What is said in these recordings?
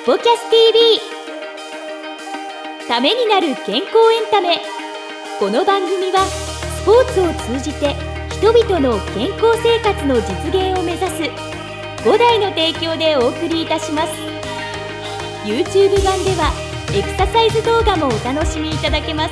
ポキャス TV ためになる健康エンタメ。この番組はスポーツを通じて人々の健康生活の実現を目指す5台の提供でお送りいたします。 YouTube 版ではエクササイズ動画もお楽しみいただけます。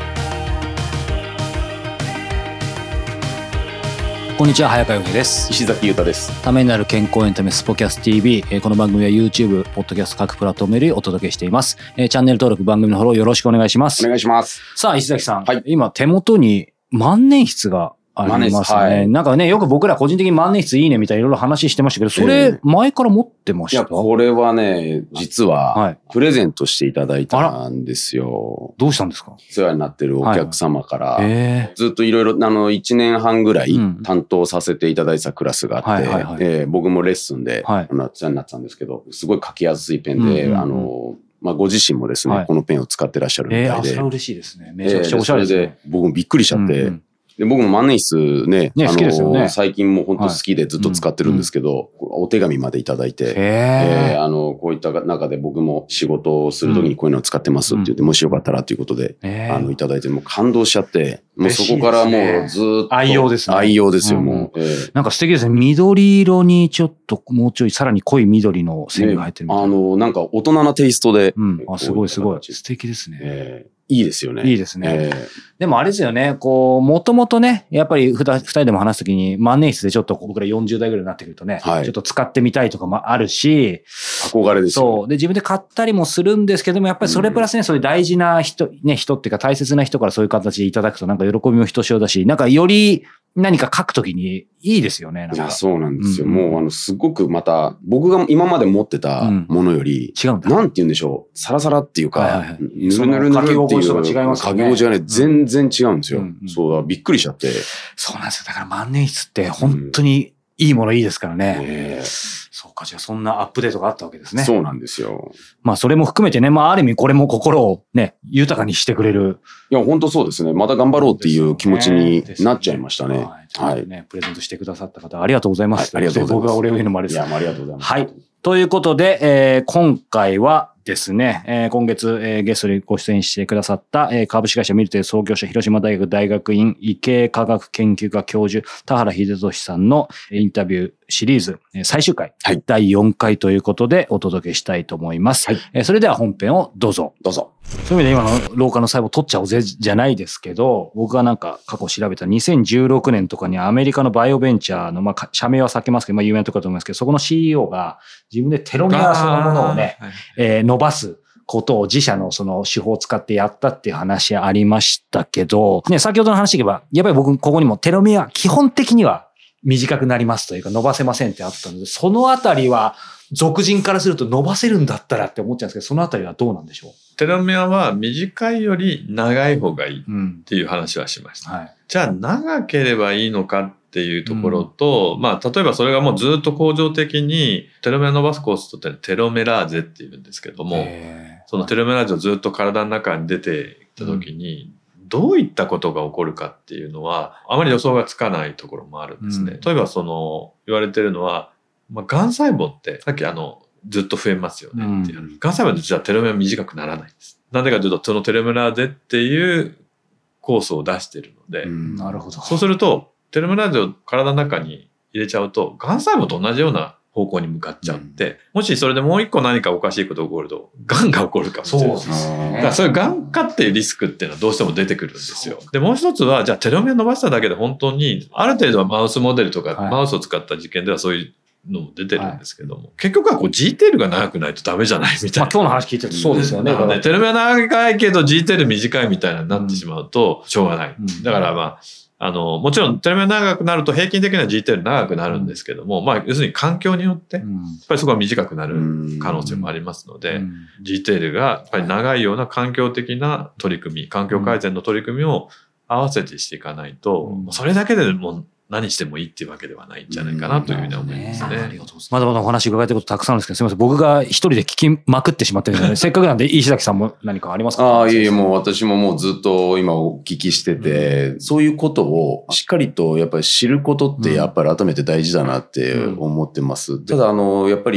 こんにちは、早川洋平です。 石崎裕太です。 ためになる健康エンタメスポキャス TV、この番組は YouTube、ポッドキャスト各プラットフォームよりお届けしています。チャンネル登録、番組のフォローよろしくお願いします。 お願いします。 さあ、石崎さん、 はい、 今手元に万年筆がありますね。はい、なんかね、よく僕ら個人的に万年筆いいねみたいないろいろ話してましたけど、それ前から持ってました？ いや、これはね、実はプレゼントしていただいたんですよ。 どうしたんですか？ 世話になってるお客様から、ずっといろいろ1年半ぐらい担当させていただいてたクラスがあって、僕もレッスンで世話になってたんですけど、すごい書きやすいペンで、ご自身もですね、このペンを使ってらっしゃるみたいで。 それは嬉しいですね。めちゃくちゃおしゃれですね。 それで僕もびっくりしちゃって、で僕も万年筆ね、 好きですよね。 最近も本当好きでずっと使ってるんですけど、お手紙までいただいて、こういった中で僕も仕事をするときにこういうのを使ってますって言って、もしよかったらということで、いただいて、もう感動しちゃって、もうそこからもうずっと。 愛用ですね。 愛用ですよ、もう。 なんか素敵ですね。緑色にちょっともうちょいさらに濃い緑の線が入ってるみたいな。 なんか大人なテイストで。 すごいすごい。素敵ですね。 いいですよね。 いいですね。でもあれですよね、もともとね、やっぱり二人でも話すときに万年筆でちょっと僕ら40代ぐらいになってくるとね、ちょっと使ってみたいとかもあるし、 憧れですよね。 そう。で、自分で買ったりもするんですけども、やっぱりそれプラスね、そういう大事な人っていうか大切な人からそういう形でいただくとなんか喜びもひとしおだし、なんかより何か書くときにいいですよね。 いや、そうなんですよ。もうすごくまた、僕が今まで持ってたものより、 違うんだ。 なんて言うんでしょう。サラサラっていうか、 ぬるぬるぬるっていう。書き心地とか違いますよね。 書き心地がね、全然違うんですよ。そうだ、びっくりしちゃって。 そうなんですよ。だから万年筆って本当にいいものいいですからね。そうか、じゃあそんなアップデートがあったわけですね。 そうなんですよ。 まあそれも含めてね、ある意味これも心をね、豊かにしてくれる。 いや、本当そうですね。また頑張ろうっていう気持ちになっちゃいましたね。 はい。プレゼントしてくださった方ありがとうございます。 ありがとうございます。 僕がお礼を言うのもあれです。 いや、ありがとうございます。 はい。ということで、今回はですね、今月、ゲストでご出演してくださった、株式会社ミルテ創業者広島大学大学院医系科学研究科教授田原秀俊さんのインタビューシリーズ最終回、第4回ということでお届けしたいと思います。それでは本編をどうぞ。 どうぞ。 そういう意味で今の老化の細胞取っちゃおうぜじゃないですけど、僕がなんか過去調べた2016年とかにアメリカのバイオベンチャーの、社名は避けますけど、有名なところだと思いますけど、そこの CEO が自分でテロメアそのものをね、伸ばすことを自社のその手法を使ってやったっていう話ありましたけど、ね、先ほどの話で言えば、やっぱり僕ここにもテロメア基本的には短くなりますというか伸ばせませんってあったので、そのあたりは俗人からすると伸ばせるんだったらって思っちゃうんですけど、そのあたりはどうなんでしょう？ テロメアは短いより長い方がいいっていう話はしました。じゃあ長ければいいのかっていうところと、例えばそれがもうずっと恒常的にテロメア伸ばすコースってテロメラーゼっていうんですけども、そのテロメラーゼをずっと体の中に出ていった時に、どういったことが起こるかっていうのはあまり予想がつかないところもあるんですね。例えば言われてるのは、がん細胞ってさっきずっと増えますよねっていう。がん細胞って実はテロメア短くならないんです。なんでかというとそのテロメラーゼっていう酵素を出しているので、 なるほど。 そうするとテロメラーゼを体の中に入れちゃうとがん細胞と同じような方向に向かっちゃって、もしそれでもう一個何かおかしいことが起こると、がんが起こるかもしれない。そうですね。だからそういうがん化っていうリスクっていうのはどうしても出てくるんですよ。で、もう一つは、じゃあテロメア伸ばしただけで本当に、ある程度はマウスモデルとか、マウスを使った実験ではそういうのも出てるんですけども、結局はG テールが長くないとダメじゃないみたいな。 今日の話聞いてるとそうですよね。 テロメア長いけど G テール短いみたいになってしまうとしょうがない。だからもちろんテロメア長くなると平均的には G テール長くなるんですけども、要するに環境によって、やっぱりそこは短くなる可能性もありますので、G テールがやっぱり長いような環境的な取り組み、環境改善の取り組みを合わせてしていかないと、それだけでも何してもいいっていうわけではないんじゃないかなというふうに思いますね。 まだまだお話伺いたいことたくさんあるんですけど、すみません。僕が一人で聞きまくってしまってるので、せっかくなんで石崎さんも何かありますか？ いえ、もう私ももうずっと今お聞きしてて、そういうことをしっかりとやっぱり知ることってやっぱり改めて大事だなって思ってます。ただやっぱり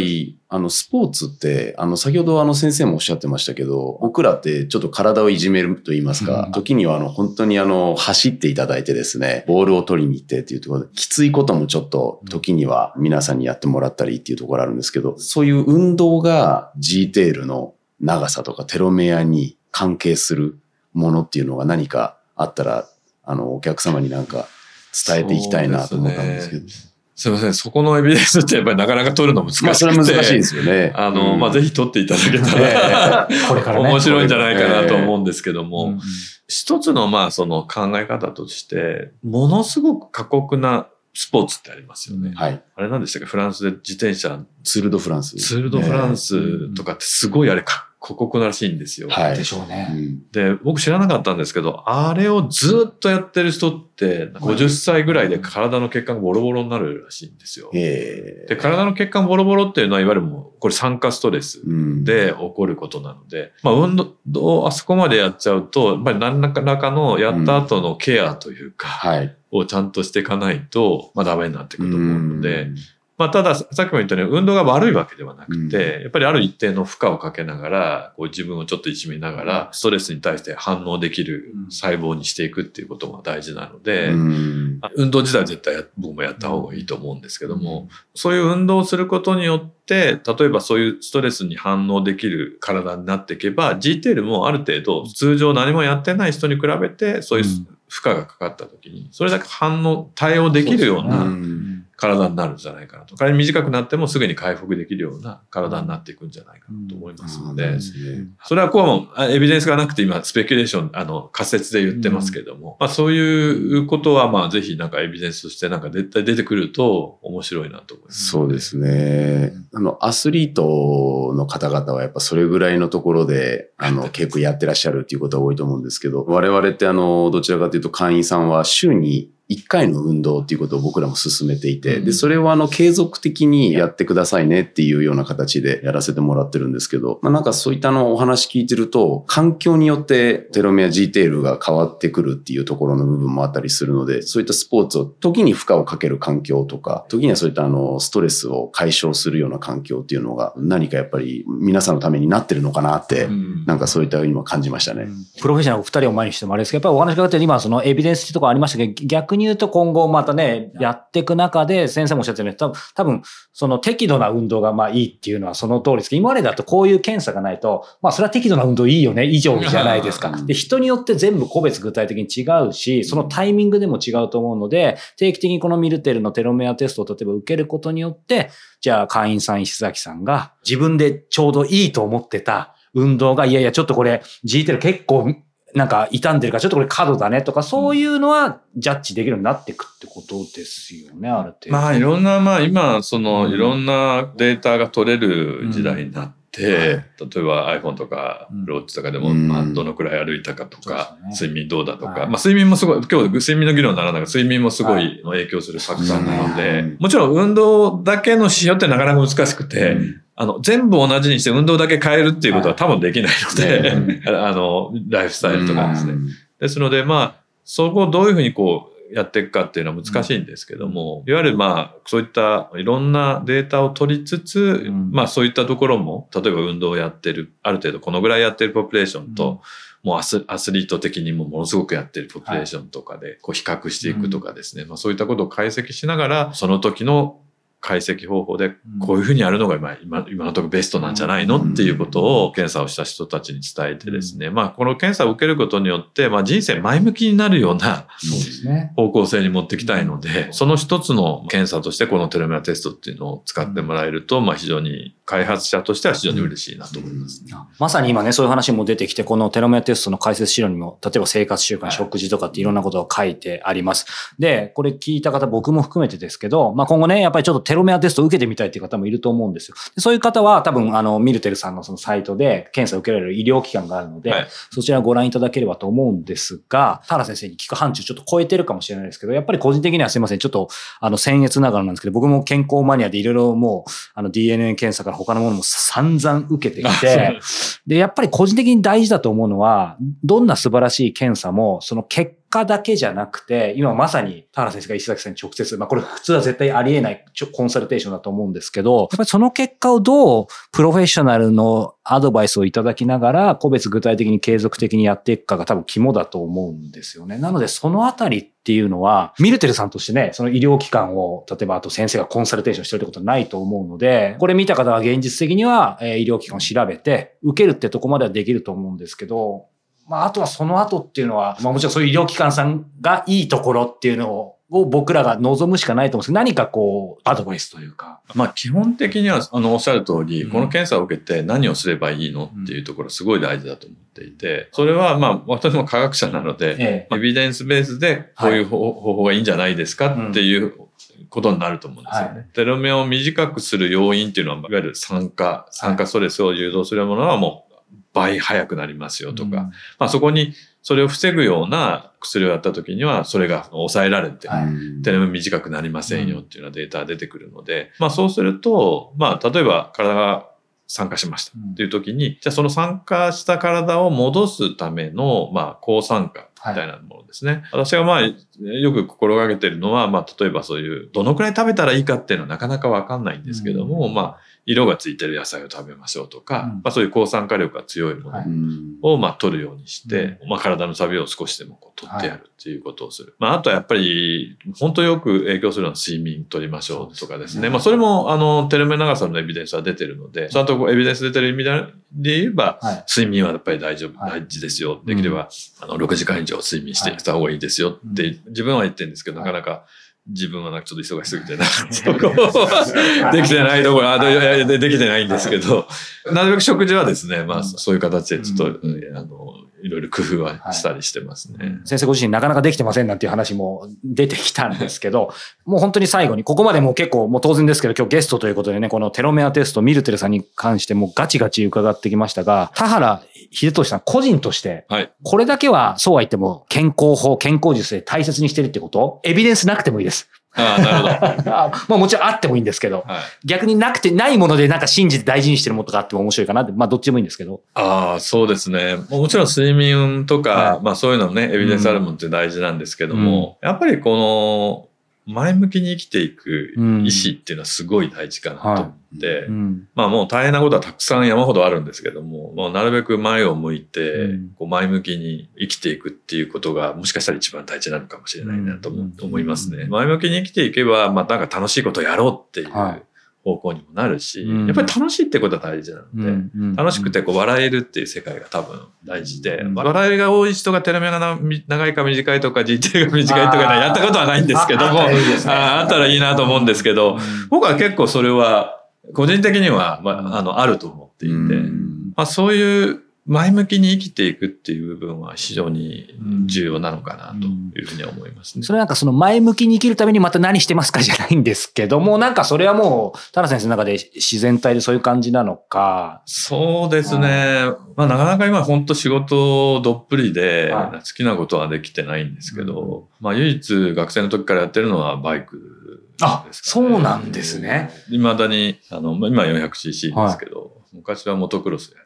スポーツって、先ほど先生もおっしゃってましたけど、僕らってちょっと体をいじめると言いますか、時には本当に走っていただいてですね、ボールを取りに行ってっていうところで、きついこともちょっと時には皆さんにやってもらったりっていうところあるんですけど、そういう運動が G テールの長さとかテロメアに関係するものっていうのが何かあったら、お客様になんか伝えていきたいなと思ったんですけど。 すいません。そこのエビデンスってやっぱりなかなか取るの難しくて。 それは難しいですよね。 ぜひ取っていただけたら、これからね、面白いんじゃないかなと思うんですけども、一つのその考え方として、ものすごく過酷なスポーツってありますよね。はい。あれ何でしたっけ？フランスで自転車。 ツールドフランス。 ツールドフランスとかってすごい過酷ならしいんですよ。 はい。でしょうね。 で、僕知らなかったんですけど、あれをずっとやってる人って、50歳ぐらいで体の血管がボロボロになるらしいんですよ。で、体の血管ボロボロっていうのは、いわゆるもう、これ酸化ストレスで起こることなので、運動をあそこまでやっちゃうと、やっぱり何らかのやった後のケアというか、をちゃんとしていかないと、ダメになってくると思うので、ただ、さっきも言ったように運動が悪いわけではなくて、やっぱりある一定の負荷をかけながら、自分をちょっといじめながら、ストレスに対して反応できる細胞にしていくっていうことが大事なので、運動自体は絶対僕もやった方がいいと思うんですけども、そういう運動をすることによって、例えばそういうストレスに反応できる体になっていけば、G テールもある程度、通常何もやってない人に比べて、そういう負荷がかかった時に、それだけ対応できるような、体になるんじゃないかなと。仮に短くなってもすぐに回復できるような体になっていくんじゃないかなと思いますので、それはエビデンスがなくて今、スペキュレーション、仮説で言ってますけども、そういうことはぜひエビデンスとして絶対出てくると面白いなと思います。 そうですね。アスリートの方々はやっぱそれぐらいのところで、結構やってらっしゃるっていうことが多いと思うんですけど、我々ってどちらかというと会員さんは週に1回の運動っていうことを僕らも進めていて、で、それを継続的にやってくださいねっていうような形でやらせてもらってるんですけど、なんかそういったお話聞いてると、環境によってテロメア G テールが変わってくるっていうところの部分もあったりするので、そういったスポーツを時に負荷をかける環境とか、時にはそういったストレスを解消するような環境っていうのが何かやっぱり皆さんのためになってるのかなって、なんかそういったようにも感じましたね。 プロフェッショナルお二人を前にしてもあれですけど、やっぱりお話伺って今そのエビデンスってところありましたけど、逆に言うと今後またね、やっていく中で先生もおっしゃってるように多分その適度な運動がいいっていうのはその通りですけど、今までだとこういう検査がないと、それは適度な運動いいよね以上じゃないですか。で、人によって全部個別具体的に違うし、そのタイミングでも違うと思うので、定期的にこのミルテルのテロメアテストを例えば受けることによって、じゃあ会員さん石崎さんが自分でちょうどいいと思ってた運動が、いやいやちょっとこれ G テル結構なんか傷んでるからちょっとこれ過度だねとか、そういうのはジャッジできるようになっていくってことですよね、ある程度。 いろんな、今、いろんなデータが取れる時代になって、例えば iPhone とか、ローチとかでも、どのくらい歩いたかとか、睡眠どうだとか、睡眠もすごい、今日睡眠の議論にならないが、睡眠もすごい影響するファクターなので、もちろん運動だけの指標ってなかなか難しくて、全部同じにして運動だけ変えるっていうことは多分できないので、ライフスタイルとかですね。ですので、そこをどういうふうにやっていくかっていうのは難しいんですけども、いわゆるそういったいろんなデータを取りつつ、そういったところも、例えば運動をやってる、ある程度このぐらいやってるポピュレーションと、もうアスリート的にものすごくやってるポピュレーションとかで、比較していくとかですね、そういったことを解析しながら、その時の解析方法でこういうふうにやるのが今のところベストなんじゃないのっていうことを検査をした人たちに伝えてですね、この検査を受けることによって、人生前向きになるような方向性に持っていきたいので、その一つの検査としてこのテロメアテストっていうのを使ってもらえると、非常に開発者としては非常に嬉しいなと思います。 まさに今ね、そういう話も出てきて、このテロメアテストの解説資料にも、例えば生活習慣、食事とかっていろんなことが書いてあります。で、これ聞いた方、僕も含めてですけど、今後ね、やっぱりちょっとテロメアテストを受けてみたいっていう方もいると思うんですよ。でそういう方は多分、ミルテルさんのそのサイトで検査を受けられる医療機関があるので、そちらをご覧いただければと思うんですが、田原先生に聞く範疇ちょっと超えてるかもしれないですけど、やっぱり個人的にはすいません、ちょっと、僭越ながらなんですけど、僕も健康マニアでいろいろもう、DNA 検査から他のものも散々受けてきて、で、やっぱり個人的に大事だと思うのは、どんな素晴らしい検査も、その結家だけじゃなくて、今まさに田原先生が石崎さんに直接、これ普通は絶対ありえないコンサルテーションだと思うんですけど、やっぱりその結果をどうプロフェッショナルのアドバイスをいただきながら、個別具体的に継続的にやっていくかが多分肝だと思うんですよね。なのでそのあたりっていうのは、ミルテルさんとしてね、その医療機関を、例えばあと先生がコンサルテーションしてるってことはないと思うので、これ見た方は現実的には医療機関を調べて、受けるってとこまではできると思うんですけど、あとはその後っていうのは、もちろんそういう医療機関さんがいいところっていうのを僕らが望むしかないと思うんですけど、何かアドバイスというか。 基本的には、おっしゃる通り、この検査を受けて何をすればいいのっていうところすごい大事だと思っていて、それは私も科学者なので、エビデンスベースでこういう方法がいいんじゃないですかっていうことになると思うんですよね。テロメアを短くする要因っていうのは、いわゆる酸化ストレスを誘導するものはもう倍早くなりますよとか、そこにそれを防ぐような薬をやった時にはそれが抑えられて、テロメア短くなりませんよっていうようなデータが出てくるので、そうすると、例えば体が酸化しましたっていう時に、じゃあその酸化した体を戻すための、抗酸化みたいなものですね。私がよく心がけているのは、例えばそういう、どのくらい食べたらいいかっていうのはなかなかわかんないんですけども、色がついてる野菜を食べましょうとか、そういう抗酸化力が強いものを、取るようにして、体のサビを少しでも取ってやるっていうことをする。あとはやっぱり、本当よく影響するのは睡眠取りましょうとかですね。それも、テロメア長さのエビデンスは出てるので、ちゃんとエビデンス出てる意味で言えば、睡眠はやっぱり大事ですよ。できれば、6時間以上睡眠していった方がいいですよって自分は言ってるんですけど、なかなか自分はちょっと忙しすぎてできてないところ、できてないんですけど、なるべく食事はですね、そういう形でちょっと、いろいろ工夫はしたりしてますね。 先生ご自身なかなかできてませんなんていう話も出てきたんですけど、もう本当に最後に、ここまでもう結構もう当然ですけど、今日ゲストということでね、このテロメアテスト、ミルテルさんに関してもガチガチ伺ってきましたが、田原秀俊さん個人として、これだけはそうは言っても健康法、健康術で大切にしてるってこと、エビデンスなくてもいいです。 なるほど。もちろんあってもいいんですけど、逆にないもので信じて大事にしてるものとかあっても面白いかなって、どっちでもいいんですけど。 そうですね。もちろん睡眠とか、そういうのね、エビデンスあるものって大事なんですけども、やっぱりこの、前向きに生きていく意志っていうのはすごい大事かなと思って、もう大変なことはたくさん山ほどあるんですけども、なるべく前を向いて、前向きに生きていくっていうことがもしかしたら一番大事なのかもしれないなと思いますね。前向きに生きていけば、楽しいことをやろうっていう方向にもなるし、やっぱり楽しいってことは大事なので、楽しくて笑えるっていう世界が多分大事で、笑いが多い人がテロメアが長いか短いとか、人生が短いとかやったことはないんですけども、あったらいいなと思うんですけど、僕は結構それは個人的には、あると思っていて、そういう前向きに生きていくっていう部分は非常に重要なのかなというふうには思いますね。 それその前向きに生きるためにまた何してますかじゃないんですけども、それはもう田原先生の中で自然体でそういう感じなのか。 そうですね。なかなか今本当仕事どっぷりで好きなことはできてないんですけど、唯一学生の時からやってるのはバイクですかね。 そうなんですね。 未だに、今 400cc ですけど、昔はモトクロスやって、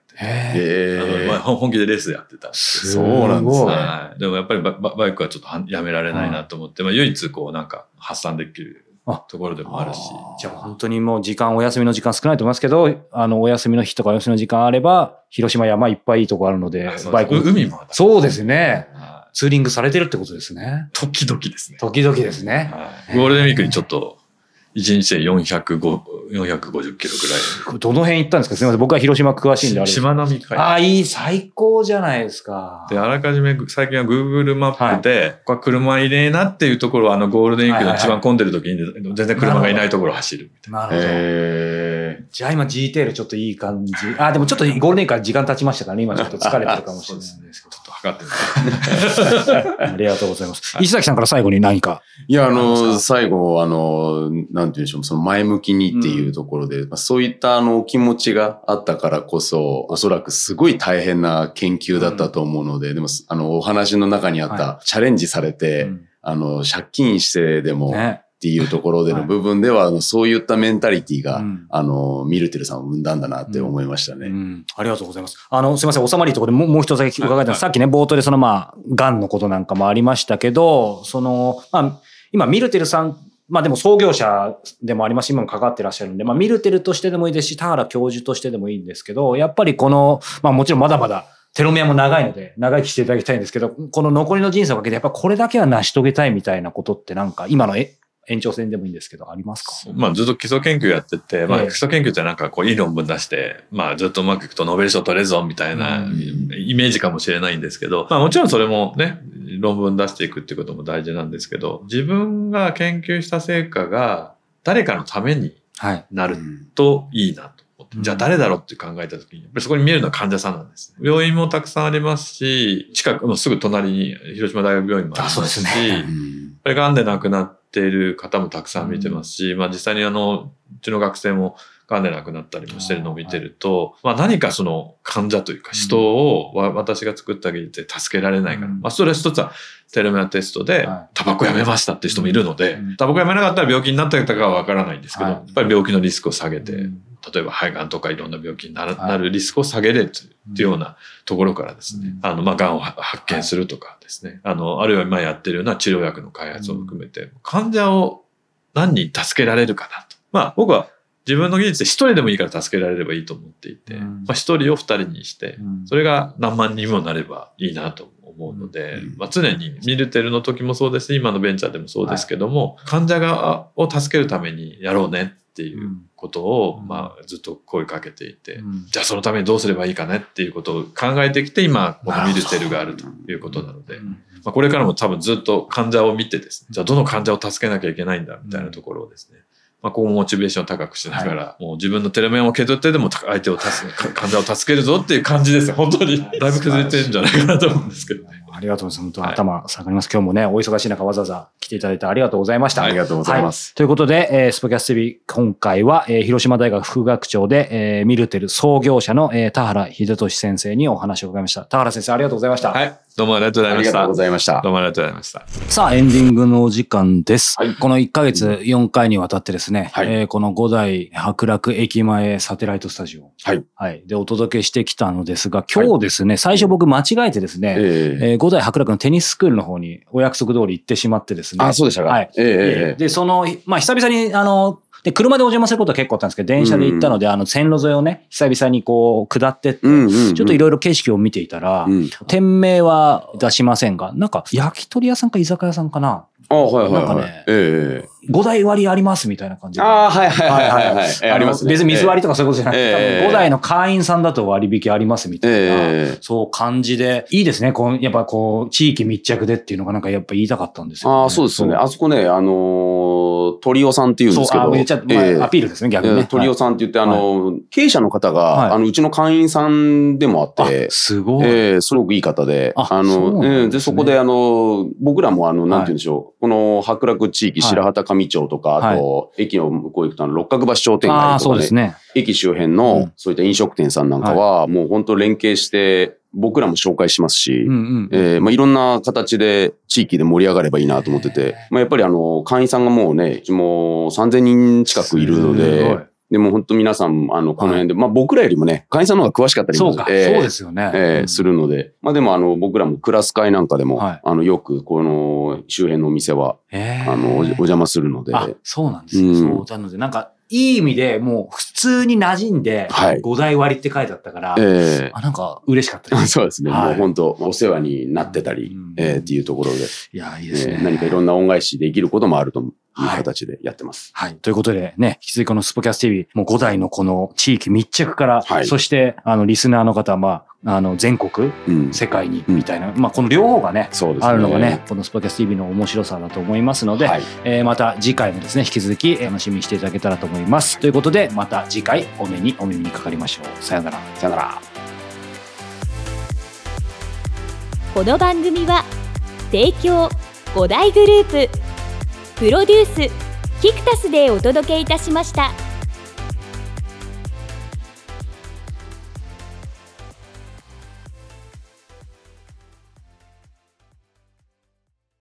本気でレースやってたんですけど。 そうなんですね。 でもやっぱりバイクはちょっとやめられないなと思って、唯一発散できるところでもあるし。 じゃあ本当にもうお休みの時間少ないと思いますけど、お休みの日とかお休みの時間あれば、広島山いっぱいいいとこあるので、 バイク。海もある。 そうですね。ツーリングされてるってことですね。 時々ですね。 時々ですね。 ゴールデンウィークにちょっと、1日で450キロぐらい。 どの辺行ったんですか？すみません。僕は広島詳しいんであれ。 しまなみ海岸。最高じゃないですか。 で、あらかじめ最近は Google マップで、ここは車いねえなっていうところはゴールデンウィークの一番混んでる時に全然車がいないところを走るみたいな。 なるほど。じゃあ今 G テールちょっといい感じ。でもちょっとゴールデンウィークから時間経ちましたからね。今ちょっと疲れてるかもしれないですけど。 ちょっと測ってみて。ありがとうございます。石崎さんから最後に何か。 いや、最後、なんていうんでしょう、その前向きにっていうところで、そういったお気持ちがあったからこそ、おそらくすごい大変な研究だったと思うので、でも、お話の中にあった、チャレンジされて、借金してでも、っっていうところでの部分では、そういったメンタリティが、ミルテルさんを生んだんだなって思いましたね。 ありがとうございます。すいません、収まりところでもう一つだけ伺いたい。さっきね、冒頭で癌のことなんかもありましたけど、今、ミルテルさん、でも創業者でもありますし、今も関わってらっしゃるんで、ミルテルとしてでもいいですし、田原教授としてでもいいんですけど、やっぱりもちろんまだまだテロメアも長いので、長生きしていただきたいんですけど、この残りの人生をかけて、やっぱこれだけは成し遂げたいみたいなことってなんか、今の延長線でもいいんですけど、ありますか？ ずっと基礎研究やってて、基礎研究ってなんかいい論文出して、ずっとうまくいくとノーベル賞取れるぞみたいなイメージかもしれないんですけど、もちろんそれもね、論文出していくっていうことも大事なんですけど、自分が研究した成果が誰かのためになるといいなと思って、じゃあ誰だろうって考えたときに、やっぱりそこに見えるのは患者さんなんです。病院もたくさんありますし、近くのすぐ隣に広島大学病院もありますし、癌で亡くなっている方もたくさん見てますし、実際にうちの学生も癌で亡くなったりもしてるのを見てると、何かその患者というか人を私が作った技術で助けられないから、それ一つはテロメアテストでタバコやめましたって人もいるので、タバコやめなかったら病気になったかはわからないんですけど、やっぱり病気のリスクを下げて、例えば肺がんとかいろんな病気になるリスクを下げれるっていうようなところからですね、癌を発見するとかですね、あるいは今やってるような治療薬の開発を含めて、患者を何人助けられるかなと。僕は自分の技術で一人でもいいから助けられればいいと思っていて、一人を二人にして、それが何万人もなればいいなと思うので、常にミルテルの時もそうですし、今のベンチャーでもそうですけども、患者側を助けるためにやろうねっていうことを、ずっと声かけていて、じゃあそのためにどうすればいいかねっていうことを考えてきて、今、このミルテルがあるということなので、これからも多分ずっと患者を見てですね、じゃあどの患者を助けなきゃいけないんだみたいなところをですね、ここもモチベーションを高くしながら、もう自分のテロメアを削ってでも相手を患者を助けるぞっていう感じですよ。本当に。だいぶ削れてるんじゃないかなと思うんですけどね。 ありがとうございます。本当頭下がります。今日もね、お忙しい中わざわざ来ていただいてありがとうございました。 ありがとうございます。 ということで、スポキャス TV 今回は、広島大学副学長で、ミルテル創業者の、田原秀俊先生にお話を伺いました。田原先生ありがとうございました。 はい。どうもありがとうございました。 ありがとうございました。 どうもありがとうございました。 さあ、エンディングのお時間です。この1ヶ月4回にわたってですね、この5代伯楽駅前サテライトスタジオ。で、お届けしてきたのですが、今日ですね、最初僕間違えてですね、5代伯楽のテニススクールの方にお約束通り行ってしまってですね。 そうでしたか。 で、久々にで、車でお邪魔することは結構あったんですけど、電車で行ったので、線路沿いをね、久々に下ってって、ちょっといろいろ景色を見ていたら、店名は出しませんが、なんか、焼き鳥屋さんか居酒屋さんかな。なんかね、5台割りありますみたいな感じで。 ありますね。 別に水割りとかそういうことじゃなくて、5台の会員さんだと割引ありますみたいな、そう感じで、いいですね。やっぱ地域密着でっていうのがなんかやっぱ言いたかったんですよね。 そうですね。あそこね、鳥尾さんって言うんですけど。 アピールですね、逆にね。 鳥尾さんって言って、経営者の方が、うちの会員さんでもあって、 すごい。 すごくいい方で、で、そこで僕らもなんて言うんでしょう、この伯楽地域、白畑上町とか、あと、駅の向こう行くと六角橋商店街とかね、駅周辺のそういった飲食店さんなんかは、もう本当連携して、僕らも紹介しますし、いろんな形で地域で盛り上がればいいなと思ってて、やっぱり会員さんがもうね、もう3000人近くいるので、でも本当皆さん、この辺で、僕らよりもね、会員さんの方が詳しかったりもそうですよね。 するので、でも僕らもクラス会なんかでも、よくこの周辺のお店は、お邪魔するので。 そうなんですよ。そう。なので、なんか、いい意味でもう普通に馴染んで、5台割りって書いてあったから、なんか嬉しかったです。 そうですね。もう本当お世話になってたり、っていうところで。 いや、いいですね。 何かいろんな恩返しできることもあるという形でやってます。 ということでね、引き続きこのスポキャス TV、もう5台のこの地域密着から、そして、リスナーの方は、全国、世界に、みたいな、この両方がね、あるのがね、このスポキャス TV の面白さだと思いますので、また次回もですね、引き続き楽しみにしていただけたらと思います。ということで、また次回お耳にかかりましょう。さよなら。 さよなら。 この番組は、提供5大グループ、プロデュース、キクタスでお届けいたしました。